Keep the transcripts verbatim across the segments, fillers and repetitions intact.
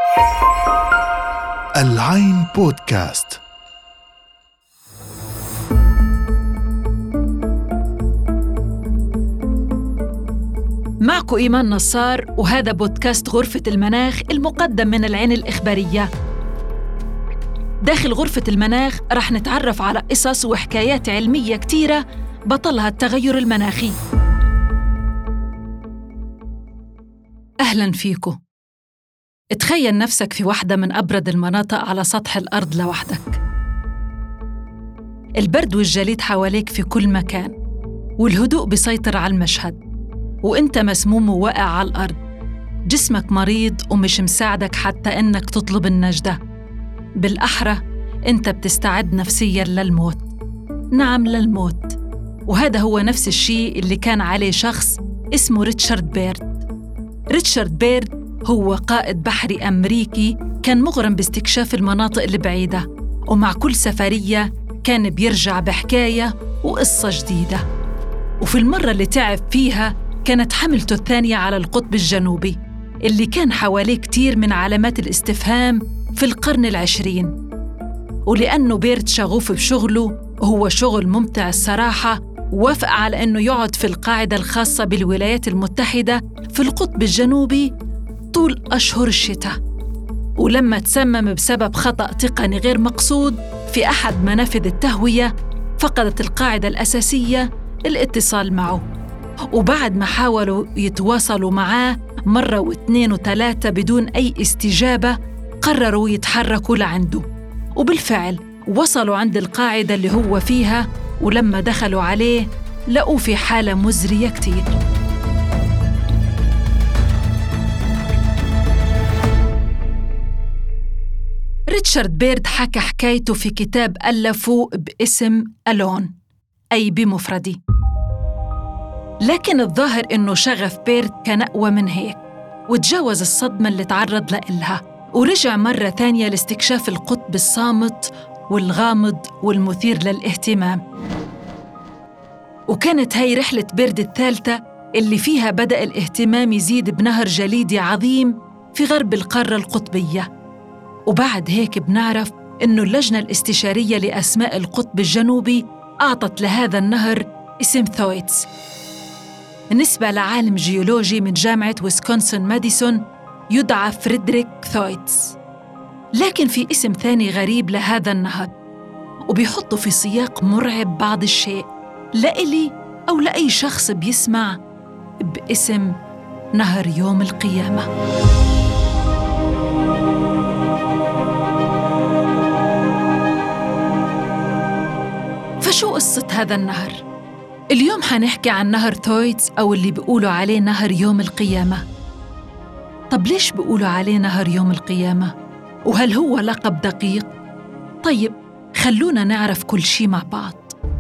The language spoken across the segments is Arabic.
العين بودكاست. معكم إيمان نصار، وهذا بودكاست غرفة المناخ المقدم من العين الإخبارية. داخل غرفة المناخ رح نتعرف على قصص وحكايات علمية كتيرة بطلها التغير المناخي. أهلاً فيكم. تخيل نفسك في واحدة من أبرد المناطق على سطح الأرض لوحدك. البرد والجليد حواليك في كل مكان، والهدوء بيسيطر على المشهد، وإنت مسموم وواقع على الأرض. جسمك مريض ومش مساعدك حتى إنك تطلب النجدة. بالأحرى إنت بتستعد نفسياً للموت. نعم، للموت. وهذا هو نفس الشيء اللي كان عليه شخص اسمه ريتشارد بيرد. ريتشارد بيرد هو قائد بحري أمريكي كان مغرم باستكشاف المناطق البعيدة، ومع كل سفرية كان بيرجع بحكاية وقصة جديدة. وفي المرة اللي تعب فيها كانت حملته الثانية على القطب الجنوبي، اللي كان حواليه كتير من علامات الاستفهام في القرن العشرين. ولأنه بيرد شغوف بشغله، وهو شغل ممتع الصراحة، وافق على أنه يقعد في القاعدة الخاصة بالولايات المتحدة في القطب الجنوبي طول أشهر الشتاء. ولما تسمم بسبب خطأ تقني غير مقصود في أحد منافذ التهوية، فقدت القاعدة الأساسية الاتصال معه. وبعد ما حاولوا يتواصلوا معاه مرة واثنين وثلاثة بدون أي استجابة، قرروا يتحركوا لعنده. وبالفعل وصلوا عند القاعدة اللي هو فيها، ولما دخلوا عليه لقوا في حالة مزرية كتير. ريتشارد بيرد حكى حكايته في كتاب ألفه باسم ألون، أي بمفردي. لكن الظاهر إنه شغف بيرد كان أقوى من هيك، وتجاوز الصدمة اللي تعرض لها، ورجع مرة ثانية لاستكشاف القطب الصامت والغامض والمثير للاهتمام. وكانت هاي رحلة بيرد الثالثة اللي فيها بدأ الاهتمام يزيد بنهر جليدي عظيم في غرب القارة القطبية. وبعد هيك بنعرف إنه اللجنة الاستشارية لأسماء القطب الجنوبي أعطت لهذا النهر اسم ثويتس، نسبة لعالم جيولوجي من جامعة ويسكونسن ماديسون يدعى فريدريك ثويتس. لكن في اسم ثاني غريب لهذا النهر، وبيحطه في سياق مرعب بعض الشيء لإلي أو لأي شخص بيسمع، باسم نهر يوم القيامة. فشو قصة هذا النهر؟ اليوم حنحكي عن نهر ثويتس، أو اللي بيقولوا عليه نهر يوم القيامة. طب ليش بيقولوا عليه نهر يوم القيامة؟ وهل هو لقب دقيق؟ طيب خلونا نعرف كل شي مع بعض.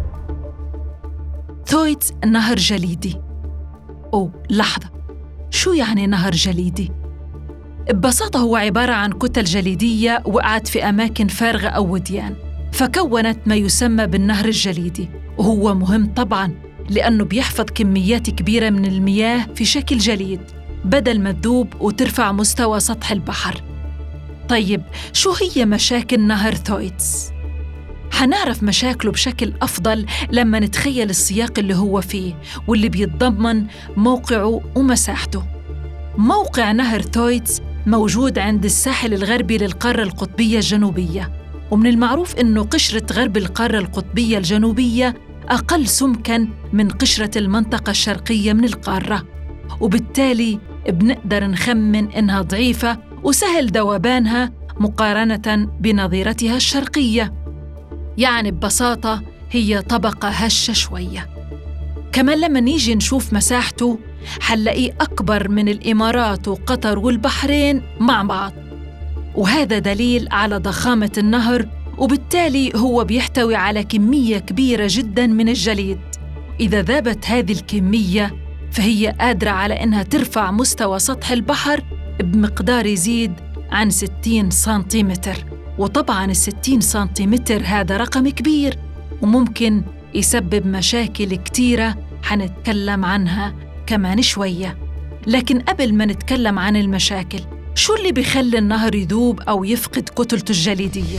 ثويتس نهر جليدي. أو لحظة، شو يعني نهر جليدي؟ ببساطة هو عبارة عن كتل جليدية وقعت في أماكن فارغة أو وديان، فكونت ما يسمى بالنهر الجليدي. وهو مهم طبعاً لأنه بيحفظ كميات كبيرة من المياه في شكل جليد بدل ما تذوب وترفع مستوى سطح البحر. طيب شو هي مشاكل نهر ثويتس؟ حنعرف مشاكله بشكل أفضل لما نتخيل السياق اللي هو فيه، واللي بيتضمن موقعه ومساحته. موقع نهر ثويتس موجود عند الساحل الغربي للقارة القطبية الجنوبية، ومن المعروف إنه قشرة غرب القارة القطبية الجنوبية أقل سمكاً من قشرة المنطقة الشرقية من القارة، وبالتالي بنقدر نخمن إنها ضعيفة وسهل ذوبانها مقارنة بنظيرتها الشرقية. يعني ببساطة هي طبقة هشة شوية. كمان لما نيجي نشوف مساحته حنلاقيه أكبر من الإمارات وقطر والبحرين مع بعض، وهذا دليل على ضخامة النهر، وبالتالي هو بيحتوي على كمية كبيرة جداً من الجليد. إذا ذابت هذه الكمية فهي قادرة على إنها ترفع مستوى سطح البحر بمقدار يزيد عن ستين سنتيمتر. وطبعاً الستين سنتيمتر هذا رقم كبير، وممكن يسبب مشاكل كتيرة حنتكلم عنها كمان شوية. لكن قبل ما نتكلم عن المشاكل، شو اللي بيخلي النهر يذوب أو يفقد كتلته الجليدية؟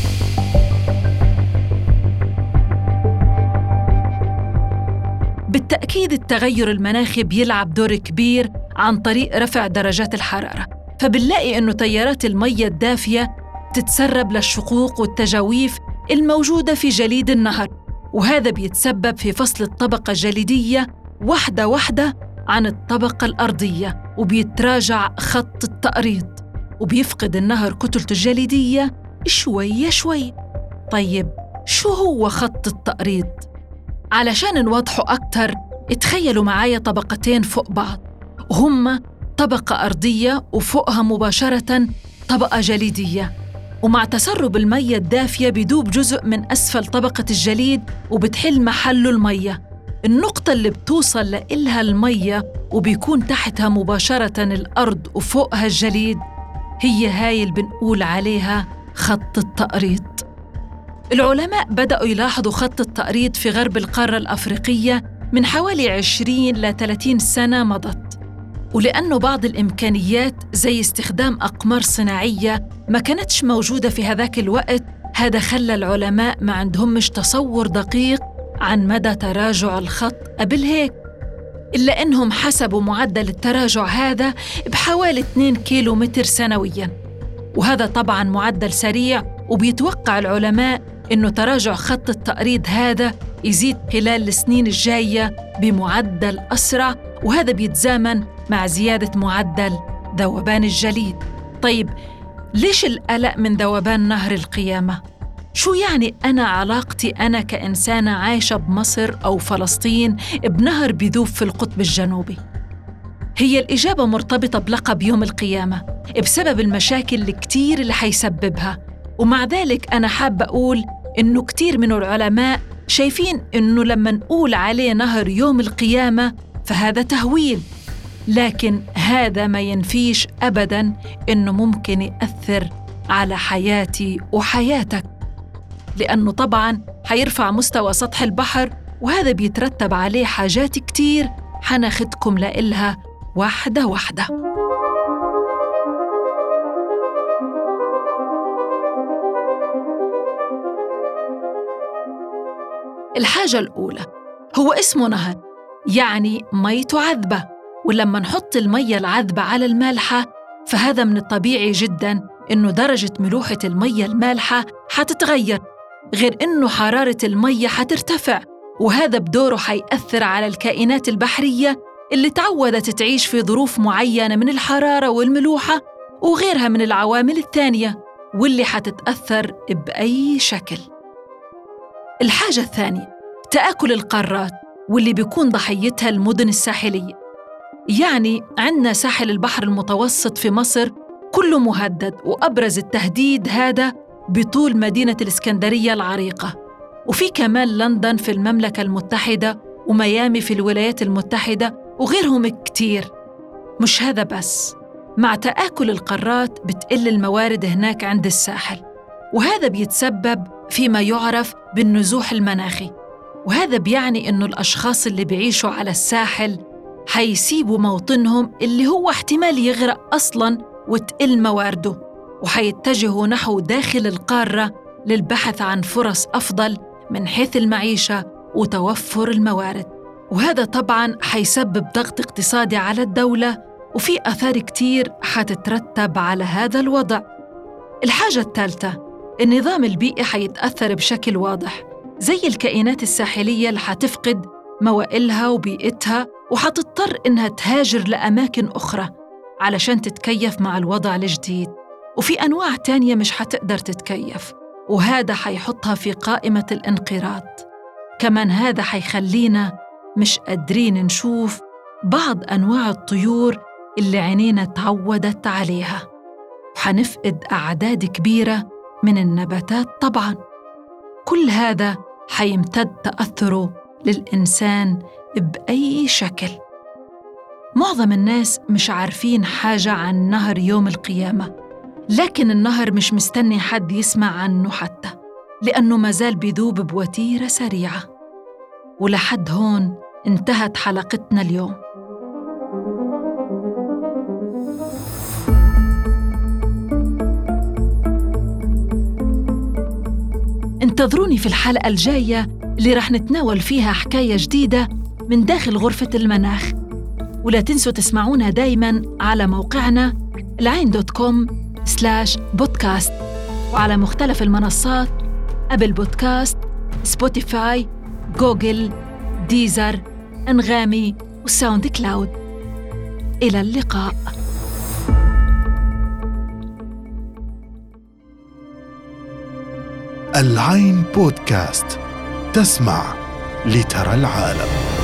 بالتأكيد التغير المناخي بيلعب دور كبير عن طريق رفع درجات الحرارة، فبنلاقي إنه تيارات المية الدافية تتسرب للشقوق والتجاويف الموجودة في جليد النهر، وهذا بيتسبب في فصل الطبقة الجليدية واحدة واحدة عن الطبقة الأرضية، وبيتراجع خط التأريض، وبيفقد النهر كتلته الجليدية شوي شوي. طيب شو هو خط التأريض؟ علشان نوضحه أكتر، اتخيلوا معايا طبقتين فوق بعض، وهما طبقة أرضية وفوقها مباشرة طبقة جليدية، ومع تسرب المية الدافية بيدوب جزء من أسفل طبقة الجليد وبتحل محله المية. النقطة اللي بتوصل لإلها المية وبيكون تحتها مباشرة الأرض وفوقها الجليد هي هاي اللي بنقول عليها خط التأريض. العلماء بدأوا يلاحظوا خط التأريض في غرب القارة الأفريقية من حوالي عشرين إلى ثلاثين سنة مضت، ولأنه بعض الإمكانيات زي استخدام أقمار صناعية ما كانتش موجودة في هذاك الوقت، هذا خلى العلماء ما عندهمش تصور دقيق عن مدى تراجع الخط قبل هيك، إلا إنهم حسبوا معدل التراجع هذا بحوالي اثنين كيلو متر سنوياً، وهذا طبعاً معدل سريع، وبيتوقع العلماء إنه تراجع خط التأريض هذا يزيد خلال السنين الجاية بمعدل أسرع، وهذا بيتزامن مع زيادة معدل ذوبان الجليد. طيب ليش القلق من ذوبان نهر القيامة؟ شو يعني أنا علاقتي أنا كإنسانة عايشة بمصر أو فلسطين بنهر بيذوب في القطب الجنوبي؟ هي الإجابة مرتبطة بلقب يوم القيامة بسبب المشاكل الكتير اللي حيسببها، ومع ذلك أنا حابة أقول إنه كتير من العلماء شايفين إنه لما نقول عليه نهر يوم القيامة فهذا تهويل، لكن هذا ما ينفيش أبداً إنه ممكن يأثر على حياتي وحياتك، لأنه طبعاً حيرفع مستوى سطح البحر، وهذا بيترتب عليه حاجات كتير حناخدكم لإلها واحدة واحدة. الحاجة الأولى هو اسمه نهر، يعني ميته عذبة، ولما نحط المية العذبة على المالحة فهذا من الطبيعي جداً إنه درجة ملوحة المية المالحة حتتغير، غير إنه حرارة المية حترتفع، وهذا بدوره حيأثر على الكائنات البحرية اللي تعودت تعيش في ظروف معينة من الحرارة والملوحة وغيرها من العوامل الثانية، واللي حتتأثر بأي شكل. الحاجة الثانية تآكل القارات، واللي بيكون ضحيتها المدن الساحلية. يعني عندنا ساحل البحر المتوسط في مصر كله مهدد، وأبرز التهديد هذا بطول مدينة الإسكندرية العريقة، وفي كمان لندن في المملكة المتحدة وميامي في الولايات المتحدة وغيرهم كتير. مش هذا بس، مع تآكل القارات بتقل الموارد هناك عند الساحل، وهذا بيتسبب فيما يعرف بالنزوح المناخي، وهذا بيعني إنه الأشخاص اللي بيعيشوا على الساحل حيسيبوا موطنهم اللي هو احتمال يغرق أصلاً وتقل موارده، وحيتجهوا نحو داخل القارة للبحث عن فرص أفضل من حيث المعيشة وتوفر الموارد، وهذا طبعاً حيسبب ضغط اقتصادي على الدولة، وفي آثار كتير حتترتب على هذا الوضع. الحاجة الثالثة، النظام البيئي حيتأثر بشكل واضح، زي الكائنات الساحلية اللي حتفقد موائلها وبيئتها وحتضطر إنها تهاجر لأماكن أخرى علشان تتكيف مع الوضع الجديد، وفي أنواع تانية مش حتقدر تتكيف، وهذا حيحطها في قائمة الانقراض. كمان هذا حيخلينا مش قادرين نشوف بعض أنواع الطيور اللي عينينا تعودت عليها، وحنفقد أعداد كبيرة من النباتات طبعاً. كل هذا حيمتد تأثره للإنسان بأي شكل. معظم الناس مش عارفين حاجة عن نهر يوم القيامة، لكن النهر مش مستني حد يسمع عنه حتى، لأنه مازال بيذوب بوتيرة سريعة. ولحد هون انتهت حلقتنا اليوم. وانتظروني في الحلقة الجاية اللي رح نتناول فيها حكاية جديدة من داخل غرفة المناخ. ولا تنسوا تسمعونا دايماً على موقعنا العين دوت كوم سلاش بودكاست، وعلى مختلف المنصات: أبل بودكاست، سبوتيفاي، جوجل، ديزر، أنغامي وساوند كلاود. إلى اللقاء. العين بودكاست، تسمع لترى العالم.